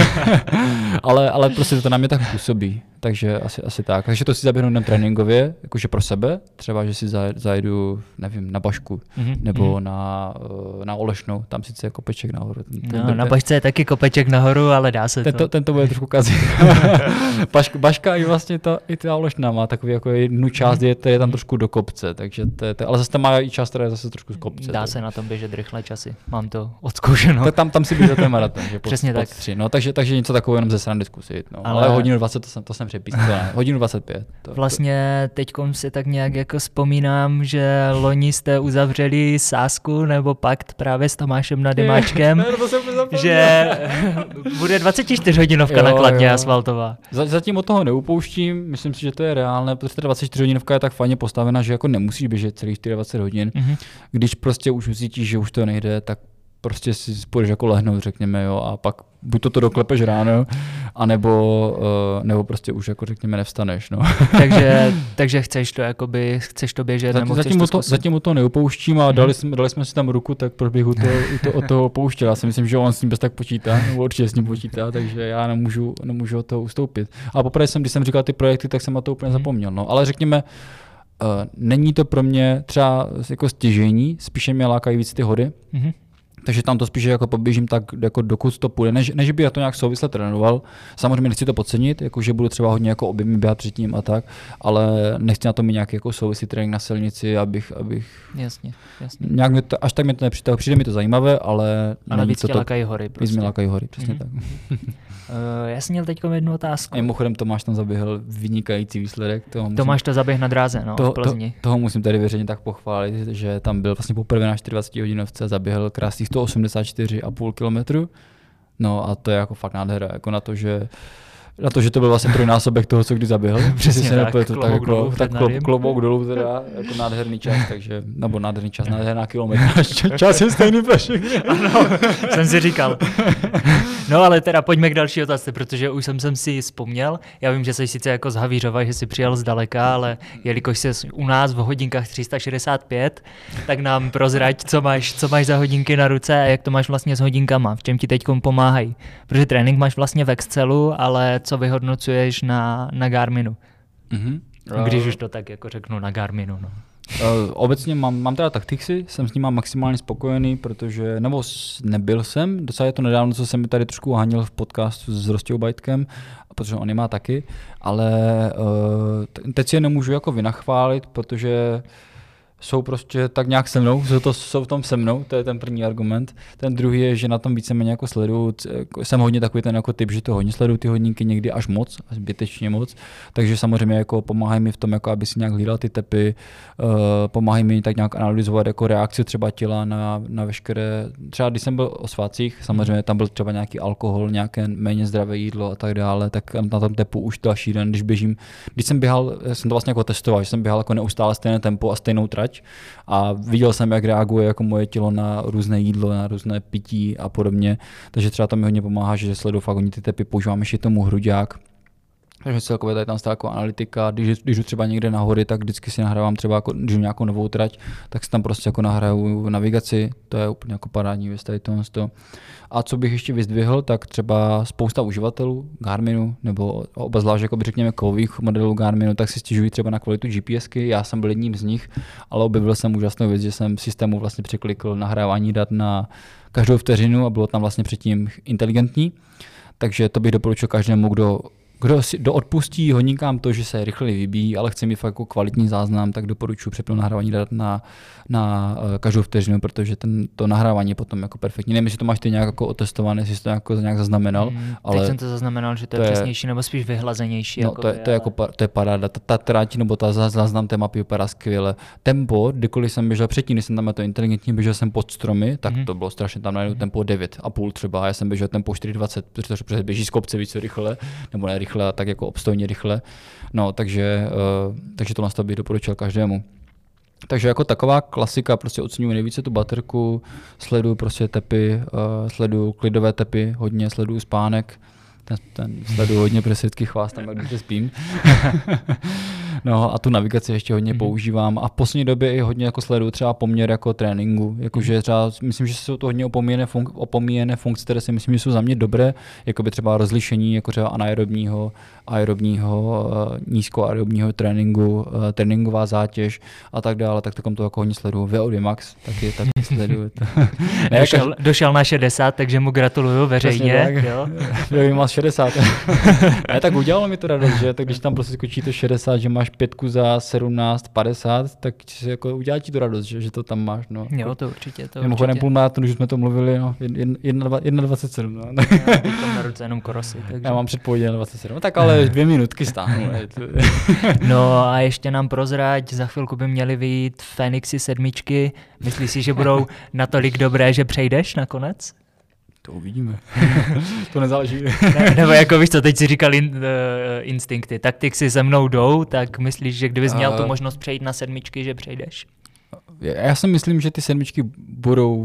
ale prostě to na mě tak působí, takže asi tak. Takže to si zaběhnu jenom tréninkově, jakože pro sebe, třeba, že si zajedu, nevím, na Bašku, nebo na Olešnou, tam sice je kopeček nahoru. Na Bašce je taky kopeček nahoru, ale dá se to. Ten to bude trošku kazit. Baška i vlastně i ta Olešná má takový jako jednu část, je tam trošku do kopce, takže ale zase tam má i část, která je zase trošku z kopce. Dá se na tom běžet rychle časy, mám to odzkoušeno. Tam si běžel ten maraton, že přesně tak. 3, no, takže něco takového jenom ze srandy zkusit. No. Ale 1:20 to jsem přepískal, 1:25. Vlastně teďkom si tak nějak jako vzpomínám, že loni jste uzavřeli sázku nebo pakt právě s Tomášem Nadymáčkem, že bude 24hodinovka na Kladně asfaltová. Zatím od toho neupouštím, myslím si, že to je reálné, protože ta 24hodinovka je tak fajně postavená, že jako nemusíš běžet celých 24 hodin. Když prostě už cítíš, že už to nejde, tak prostě si půjdeš jako lehnout, řekněme, jo, a pak buď to doklepeš ráno, nebo prostě už jako řekněme nevstaneš, no. takže chceš to běžet, nebo zatím u toho neupouštím a dali jsme si tam ruku, tak proč bych od toho opouštěl. Já si myslím, že on s ním bez tak počítá, nebo určitě s ním počítá, takže já nemůžu od toho ustoupit. A poprvé když jsem říkal ty projekty, tak jsem na to úplně zapomněl, no. Ale řekněme, není to pro mě třeba jako stěžení, spíše mě lákají víc ty hory. Takže tam to spíše jako poběžím tak, jako dokud to půjde, než by já to nějak souvisle trénoval. Samozřejmě nechci to podcenit, jakože budu třeba hodně jako objemy běhat předtím a tak, ale nechci na to mít nějaký jako souvislý trénink na silnici, abych Jasně. Nějak až tak mě to nepřijde, přijde mi to zajímavé, ale víc tě lákají hory. Víc mě lákají hory, přesně tak. Já jsem měl teď jednu otázku. A mimochodem Tomáš tam zaběhl vynikající výsledek. Tomáš to zaběh na dráze, v Plzni. Toho musím tady veřejně tak pochválit, že tam byl vlastně poprvé na 24 hodinovce, zaběhl krásných 184,5 kilometru. No a to je jako fakt nádhera, jako na to, že to byl vlastně trojnásobek toho, co kdy zaběhl. Přesně tak, klobouk dolů teda, jako nádherný čas, takže, nebo nádherný čas, nádherná kilometráž, čas je stejný pro všechny. Ano, jsem si říkal. No ale teda pojďme k další otázce, protože už jsem si vzpomněl, já vím, že jsi sice jako z Havířova, že jsi přijel zdaleka, ale jelikož jsi u nás v hodinkách 365, tak nám prozrať, co máš za hodinky na ruce a jak to máš vlastně s hodinkama, v čem ti teďkom pomáhají. Protože trénink máš vlastně v Excelu, ale co vyhodnocuješ na Garminu? Když už to tak jako řeknu na Garminu, no. Obecně mám teda Tacticsy, jsem s nimi maximálně spokojený, protože, nebo nebyl jsem, docela je to nedávno, co jsem mi tady trošku hanil v podcastu s Rostou Bajtkem, protože on je má taky, ale teď si je nemůžu jako vynachválit, protože jsou prostě tak nějak se mnou, jsou v tom se mnou, to je ten první argument. Ten druhý je, že na tom víceméně jako sleduju, jsem hodně takový ten jako typ, že to hodně sleduju ty hodinky, někdy až moc, až zbytečně moc, takže samozřejmě jako pomáhají mi v tom, jako aby si nějak hlídal ty tepy, pomáhají mi tak nějak analyzovat jako reakci třeba těla na veškeré, třeba když jsem byl o svátcích, samozřejmě tam byl třeba nějaký alkohol, nějaké méně zdravé jídlo a tak dále, tak na tom tepu už další den, když jsem běhal, jsem to vlastně jako testoval, že jsem běhal jako neustále stejné tempo a stejnou trať, a viděl jsem, jak reaguje jako moje tělo na různé jídlo, na různé pití a podobně. Takže třeba to mi hodně pomáhá, že sleduju fakt hodně ty tepy, používám ještě tomu hruďák. Takže celkově tady tam stále jako analytika, když jdu třeba někde na hory, tak vždycky si nahrávám třeba, jako, když jdu nějakou novou trať, tak si tam prostě jako nahraju navigaci, to je úplně jako parádní věc tady tohle. A co bych ještě vyzdvihl, tak třeba spousta uživatelů Garminu, nebo obzvlášť jako řekněme kovových modelů Garminu, tak si stěžují třeba na kvalitu GPSky, já jsem byl jedním z nich, ale objevil jsem úžasnou věc, že jsem systému vlastně překlikl nahrávání dat na každou vteřinu a bylo tam vlastně předtím inteligentní, takže to bych doporučil každému, kdo odpustí hodníkám to, že se rychle vybíjí, ale chce mít fakt jako kvalitní záznam, tak doporučuji přepnout nahrávání dat na každou vteřinu, protože to nahrávání je potom jako perfektní. Nevím, jestli to máš ty nějak jako otestované, jestli jsi to nějak zaznamenal. Ale teď jsem to zaznamenal, že to je přesnější nebo spíš vyhlazenější. No, to je paráda. Ta tráť nebo ta záznam té mapy vypadá skvěle. Tempo, kdykoliv jsem běžel předtím, když jsem tam to inteligentní, běžel jsem pod stromy, tak to bylo strašně tam najednou tempo 9,5 třeba, a já jsem běžel tempo 4,20, protože běží z kopce víc rychle, nebo ne rychle, tak jako obstojně rychle. No, takže tohle bych doporučil každému. Takže jako taková klasika, prostě oceňuji nejvíce tu baterku, sleduju prostě tepy, sleduju klidové tepy, hodně sleduju spánek, ten sleduju hodně presvědky chvást tam, když spím. No a tu navigaci ještě hodně používám a v poslední době i hodně jako sleduju třeba poměr jako tréninku, jakože třeba myslím, že jsou to hodně opomíjené funkce, které si myslím, že jsou za mě dobré, jako by třeba rozlišení jako třeba anaerobního, aerobního, nízkoaerobního tréninku, tréninková zátěž a tak dále, tak to jako hodně sleduju. VO2 Max taky sleduju. Došel na 60, takže mu gratuluju veřejně. VO2 Max 60. Tak udělalo mi to radost, že tak když tam prostě skočí to 60, že máš 5 za 17,50, tak jako udělá ti to radost, že to tam máš. No. Jo, to určitě. Mimochodem půlmaratonu, že jsme to mluvili, no, 1,27. No. Já teď na ruce jenom korosy. Takže... Já mám předpověď 1,27, no, tak ale 2 minutky stáhnu. No a ještě nám prozrať, za chvilku by měly vyjít Fenixy 7. Myslíš si, že budou natolik dobré, že přejdeš nakonec? To uvidíme. To nezáleží. Nebo jako víš co, teď si říkal instinkty. Tacticsy se mnou jdou, tak myslíš, že kdybys měl tu možnost přejít na 7, že přejdeš? Já si myslím, že ty 7 budou v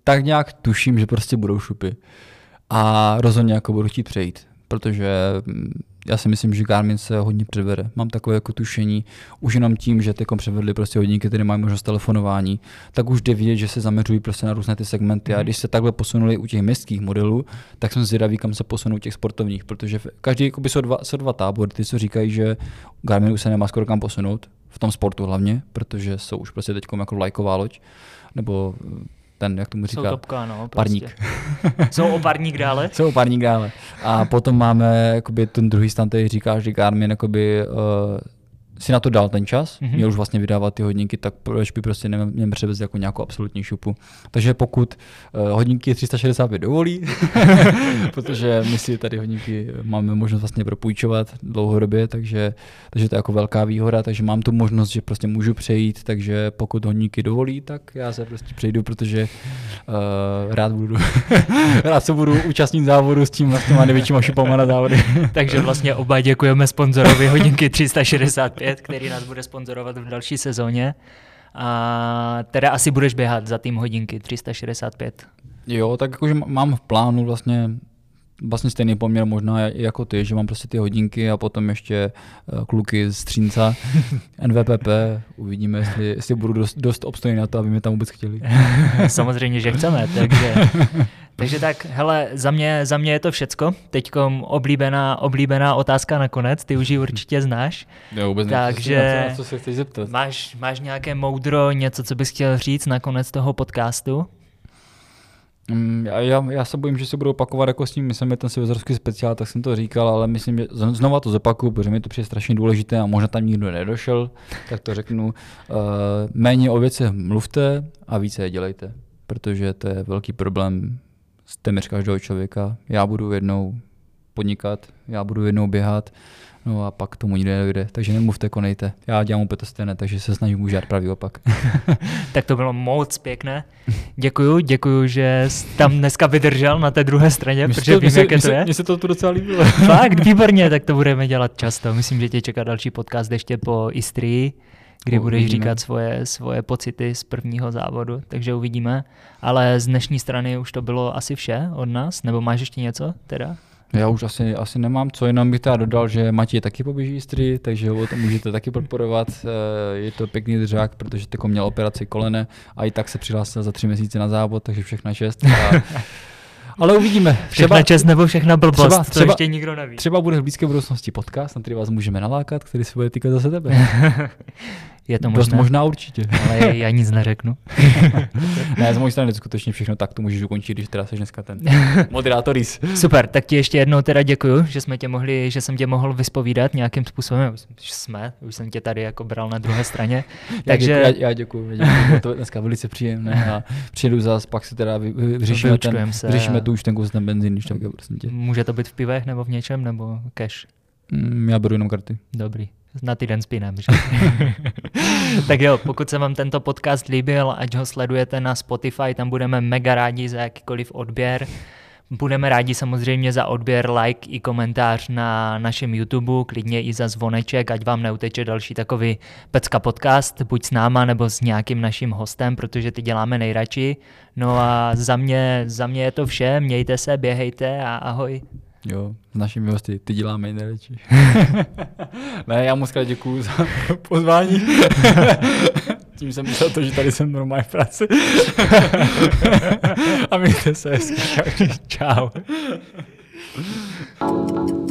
tak nějak tuším, že prostě budou šupy. A rozhodně jako budu chtít přejít, protože já si myslím, že Garmin se hodně předvede. Mám takové jako tušení, už jenom tím, že teďkom převedli prostě hodinky, které mají možnost telefonování, tak už jde vidět, že se zaměřují prostě na různé ty segmenty. A když se takhle posunuli u těch městských modelů, tak jsem zvědavý, kam se posunou těch sportovních, protože každý jakoby jsou dva tábory, ty co říkají, že Garmin už se nemá skoro kam posunout, v tom sportu hlavně, protože jsou už prostě teďkom jako vlajková loď, nebo ten, jak tomu říká, jsou topka, no, parník. Jsou o parník dále? Jsou o parník dále. A potom máme jakoby, ten druhý stan, který říká, že Garmin jakoby, si na to dal ten čas, měl už vlastně vydávat ty hodinky, tak proč by prostě neměl převést jako nějakou absolutní šupu. Takže pokud hodinky 365 dovolí, protože my si tady hodinky máme možnost vlastně propůjčovat dlouhodobě, takže to je jako velká výhoda, takže mám tu možnost, že prostě můžu přejít, takže pokud hodinky dovolí, tak já se prostě přejdu, protože rád se budu účastnit závodu s tím vlastně největšíma šupama na závody. Takže vlastně oba děkujeme sponzorovi hodinky 365, který nás bude sponzorovat v další sezóně. A teda asi budeš běhat za tým hodinky 365. Jo, tak jakože mám v plánu vlastně stejný poměr možná jako ty, že mám prostě ty hodinky a potom ještě kluky z Třínca, NVPP, uvidíme, jestli budu dost obstojný na to, aby mě tam vůbec chtěli. Samozřejmě, že chceme, takže tak, hele, za mě je to všecko. Teďkom oblíbená otázka nakonec, ty už ji určitě znáš. Jo, vůbec takže na co se chceš zeptat. Máš nějaké moudro, něco, co bys chtěl říct nakonec toho podcastu? Já se bojím, že se budu opakovat jako s tím, myslím, že ten silvestrovský speciál, tak jsem to říkal, ale myslím, že znova to zopakuju, protože mi to přijde strašně důležité a možná tam nikdo nedošel, tak to řeknu. Méně o věcech mluvte a více je dělejte, protože to je velký problém z téměř každého člověka. Já budu jednou podnikat, já budu jednou běhat, no a pak tomu nikdy nedojde. Takže nemluvte, konejte. Já dělám úplně to stejné, takže se snažím udělat pravý opak. Tak to bylo moc pěkné. Děkuju, že jsi tam dneska vydržel na té druhé straně, protože vím, jaké to je. Mně se to tu docela líbilo. Fakt, výborně, tak to budeme dělat často. Myslím, že tě čeká další podcast ještě po Istrii, kdy budeš říkat svoje pocity z prvního závodu, takže uvidíme. Ale z dnešní strany už to bylo asi vše od nás, nebo máš ještě něco teda? Já už asi nemám co, jenom bych teda dodal, že Matěj taky poběží Istrii, takže ho to můžete taky podporovat. Je to pěkný držák, protože tako měl operaci kolene a i tak se přihlásil za 3 měsíce na závod, takže všechna čest. Ale uvidíme. Všechna čest nebo všechna blbost, to ještě nikdo neví. Třeba bude v blízké budoucnosti podcast, na který vás můžeme nalákat, který se bude týkat zase tebe. Je to dost možná určitě. Ale já nic neřeknu. Ne, z mojí strany skutečně všechno tak to můžeš ukončit, když teda seš dneska ten moderátoris. Super, tak ti ještě jednou teda děkuju, že jsem tě mohl vyspovídat nějakým způsobem. Už jsem tě tady jako bral na druhé straně. Takže já děkuju, to je dneska velice příjemné a přijedu zas, pak si teda vyřešíme tu účtenku za ten benzín, když tak prosím tě. Může to být v pivech nebo v něčem, nebo cash? Já beru jenom karty. Dobrý. Na týden spínem. Tak jo, pokud se vám tento podcast líbil, ať ho sledujete na Spotify, tam budeme mega rádi za jakýkoliv odběr. Budeme rádi samozřejmě za odběr, like i komentář na našem YouTube, klidně i za zvoneček, ať vám neuteče další takový Pecka podcast, buď s náma nebo s nějakým naším hostem, protože ty děláme nejradši. No a za mě je to vše, mějte se, běhejte a ahoj. Jo, s našimi hosty, ty děláme nejradši. Ne, já moc krát děkuju za pozvání. Tím jsem myslel to, že tady jsem normálně v práci. A mějte se hezky. Čau.